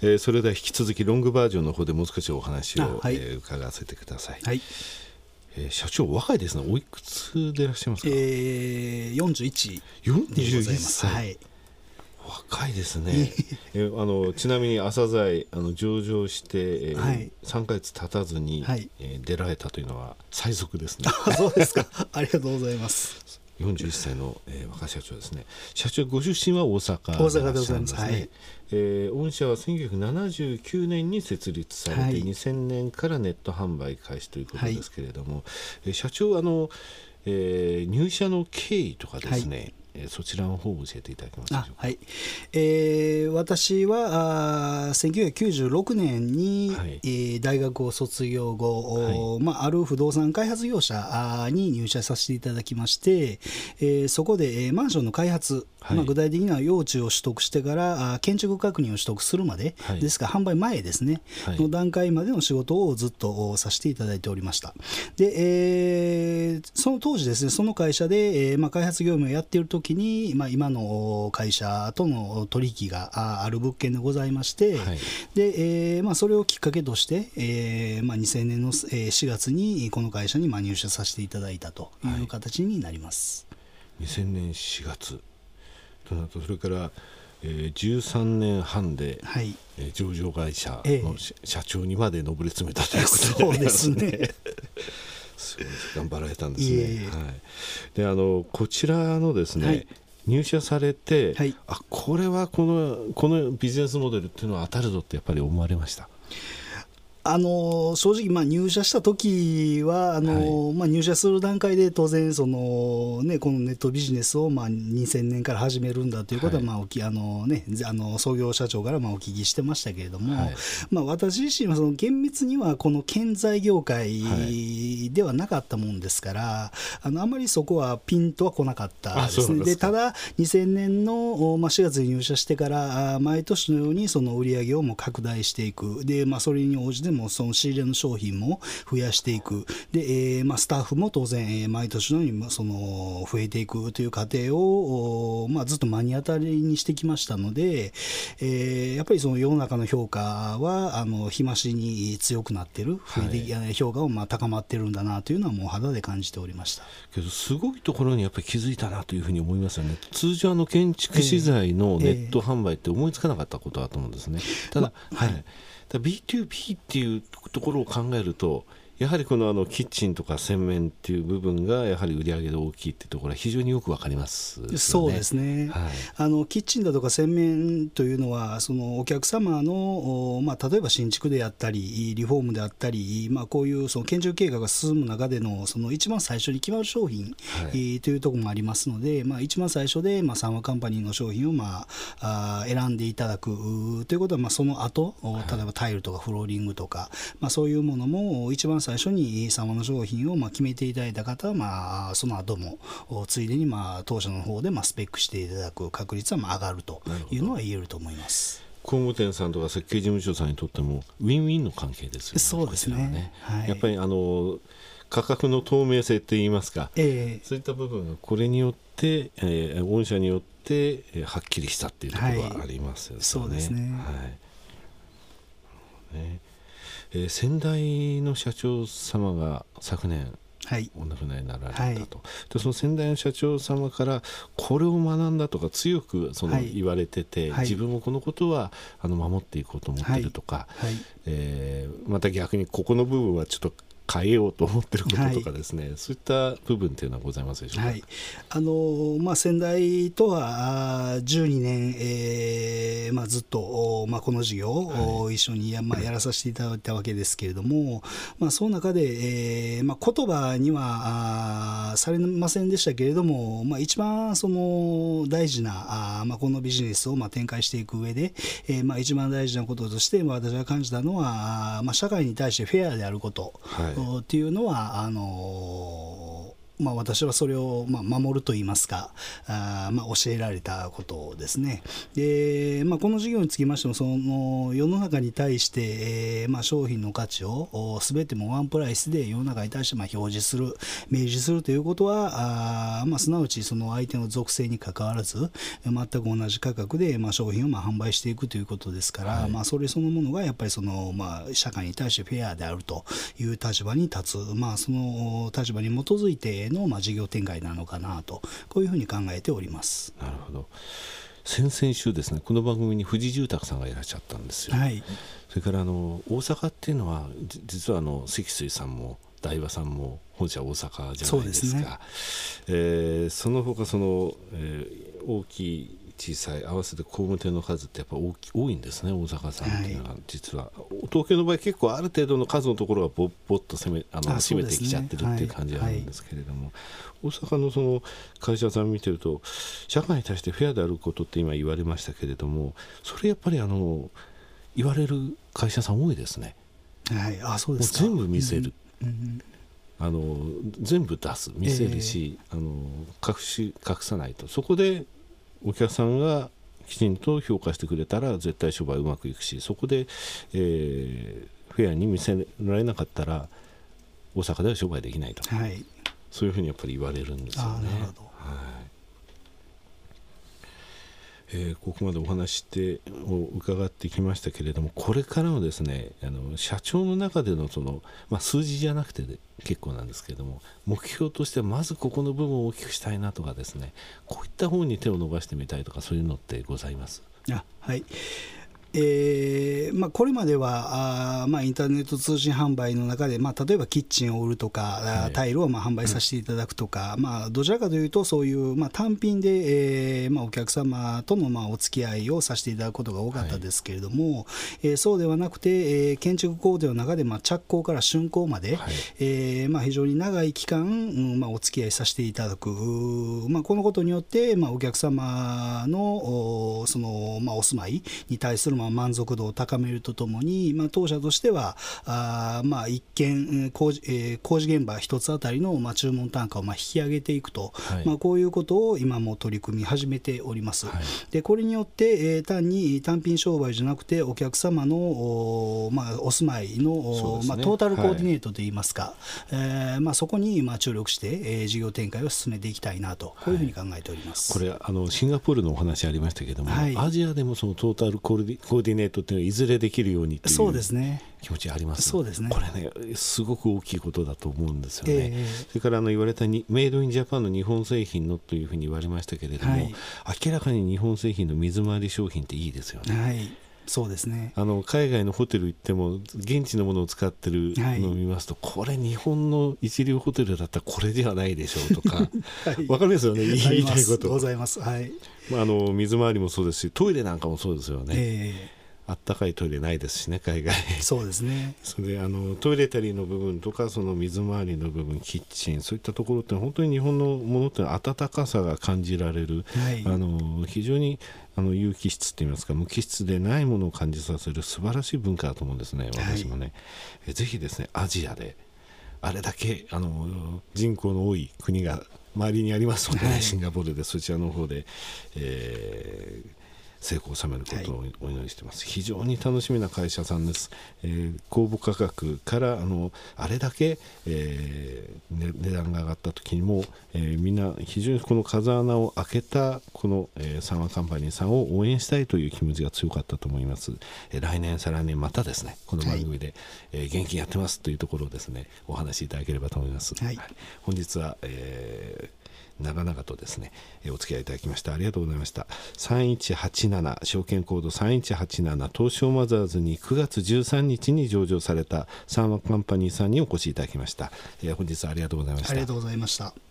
それでは引き続きロングバージョンの方でもう少しお話を、 はい伺わせてください。 はい。 社長若いですね。おいくつでいらっしゃいますか 41でございます。 歳、 はい、 若いですね。ちなみに朝鮮上場して、 はい、 3ヶ月経たずに、 はい、 出られたというのは最速ですね。 そうですか。ありがとうございます。 41歳の、若社長ですね。社長ご出身は大阪でございます。はい。 御社は1979年に設立されて、 はい、 2000年からネット販売開始ということですけれども、社長入社の経緯とかですね、そちらの方を教えていただけますでしょうか。 はい。私は1996年に、はい、大学を卒業後、はい、ある不動産開発業者に入社させていただきまして、そこで、マンションの開発、はい、具体的には用地を取得してから建築確認を取得するまで、はい、ですから販売前ですね、はい、の段階までの仕事をずっとさせていただいておりました。で、その当時ですね、その会社で、開発業務をやっているときに、今の会社との取引がある物件でございまして、はい、でそれをきっかけとして、2000年の4月にこの会社に入社させていただいたという形になります。 はい、2000年4月となると、それから13年半で、はい、上場会社の社長にまで上り詰めたということになりますね。そうですね。すごい頑張られたんですね。はい、でこちらのですね、はい、入社されて、はい、これはこのビジネスモデルっていうのは当たるぞってやっぱり思われました？ 正直、入社した時は入社する段階で当然このネットビジネスを2000年から始めるんだということは、創業社長からお聞きしてましたけれども、はい、私自身は厳密にはこの建材業界ではなかったもんですから、あまりそこはピンとは来なかったですね。でただ2000年の4月に入社してから毎年のようにその売り上げを拡大していく。で、それに応じてもその仕入れの商品も増やしていく。で、スタッフも当然、毎年のように増えていくという過程を、ずっと目に当たりにしてきましたので、やっぱりその世の中の評価は日増しに強くなっている、評価も高まっているんだなというのはもう肌で感じておりました。 けどすごいところにやっぱり気づいたなというふうに思いますよね。通常建築資材のネット販売って思いつかなかったことだと思うんですね。ただ、B2B っていうところを考えると、やはりこのキッチンとか洗面っていう部分がやはり売り上げで大きいっていうところは非常によくわかりますよね。 そうですね、はい、キッチンだとか洗面というのはそのお客様の、例えば新築であったりリフォームであったり、こういうその建築計画が進む中でのその一番最初に決まる商品、というところもありますので、一番最初でサンワカンパニーの商品を選んでいただくということは、その後、例えばタイルとかフローリングとか、そういうものも一番最初にサンワの商品を決めていただいた方は、その後もついでに当社の方でスペックしていただく確率は上がるというのは言えると思います。 工務店さんとか設計事務所さんにとってもウィンウィンの関係ですよね。 そうですね。はい、 やっぱり価格の透明性って言いますか、そういった部分がこれによって、御社によってはっきりしたっていうところはありますよね。 そうですね。 先代の社長様が昨年お亡くなりになられたと、でその先代の社長様からこれを学んだとか強く言われてて、自分もこのことは守っていこうと思っているとか、また逆にここの部分はちょっと変えようと思っていることとかですね、そういった部分というのはございますでしょうか。 先代とは12年、ずっと、この事業を一緒にやらさせていただいたわけですけれども、その中で、言葉にはされませんでしたけれども、一番大事なこのビジネスを展開していく上で、一番大事なこととして私が感じたのは、社会に対してフェアであること、っていうのは私はそれを守るといいますか、教えられたことですね。で、この事業につきましても、その世の中に対して、商品の価値を全てもワンプライスで世の中に対して表示する、明示するということは、すなわちその相手の属性にかかわらず全く同じ価格で商品を販売していくということですから、それそのものがやっぱりその、社会に対してフェアであるという立場に立つ、その立場に基づいての事業展開なのかなと、こういうふうに考えております。 なるほど。先々週ですね、この番組に富士住宅さんがいらっしゃったんですよ。それから大阪っていうのは実は積水さんも大和さんも本社大阪じゃないですか。その他大きい小さい合わせて工務店の数ってやっぱ多いんですね、大阪さんっていうのは。実は東京の場合結構ある程度の数のところがぼっと占めてきちゃってるっていう感じがあるんですけれども、大阪のその会社さん見てると社会に対してフェアであることって今言われましたけれども、それやっぱり言われる会社さん多いですね。 そうですか。 全部見せる、全部出す、見せるし、隠さないと。そこでお客さんがきちんと評価してくれたら絶対商売うまくいくし、そこで、フェアに見せられなかったら大阪では商売できないと、そういうふうにやっぱり言われるんですよね。ここまでお話を伺ってきましたけれども、これからのですね、社長の中での数字じゃなくて結構なんですけれども、目標としてはまずここの部分を大きくしたいなとかですね、こういった方に手を伸ばしてみたいとか、そういうのってございます？ これまではインターネット通信販売の中で、例えばキッチンを売るとか、タイルを販売させていただくとか、どちらかというとそういう、単品で、お客様との、お付き合いをさせていただくことが多かったですけれども、そうではなくて、建築工程の中で、着工から竣工まで、非常に長い期間、お付き合いさせていただく、このことによって、お客様のその、お住まいに対する満足度を高めるとともに、当社としては一件工事現場一つあたりの注文単価を引き上げていくと、こういうことを今も取り組み始めております。でこれによって単に単品商売じゃなくてお客様のお住まいの、トータルコーディネートといいますか、そこに注力して事業展開を進めていきたいなと、こういうふうに考えております。 これシンガポールのお話ありましたけども、アジアでもそのトータルコーディネートっていうのはいずれできるようにという気持ちあります。これね、すごく大きいことだと思うんですよね。それから言われたメイドインジャパンの日本製品のというふうに言われましたけれども、明らかに日本製品の水回り商品っていいですよね。 そうですね。 海外のホテル行っても現地のものを使ってるのを見ますと、これ日本の一流ホテルだったらこれではないでしょうとかわかるんですよね、言いたいこと。 ございます。 水回りもそうですし、トイレなんかもそうですよね。あったかいトイレないですしね、海外。 そうですね。 それでトイレタリーの部分とか、その水回りの部分、キッチン、そういったところって本当に日本のものって温かさが感じられる、非常に有機質って言いますか、無機質でないものを感じさせる素晴らしい文化だと思うんですね、私もね。ぜひですね、アジアであれだけ人口の多い国が周りにありますので、シンガポールで、そちらの方で、成功を収めることをお祈りしています。非常に楽しみな会社さんです。公募価格からあれだけ、値段が上がった時にも、みんな非常にこの風穴を開けたこの、サンワカンパニーさんを応援したいという気持ちが強かったと思います。来年再来年またですね、この番組で、元気にやってますというところをですね、お話しいただければと思います。本日は、長々とですね、お付き合いいただきましてありがとうございました。3187証券コード3187東証マザーズに9月13日に上場されたサンワカンパニーさんにお越しいただきました。本日はありがとうございました。 ありがとうございました。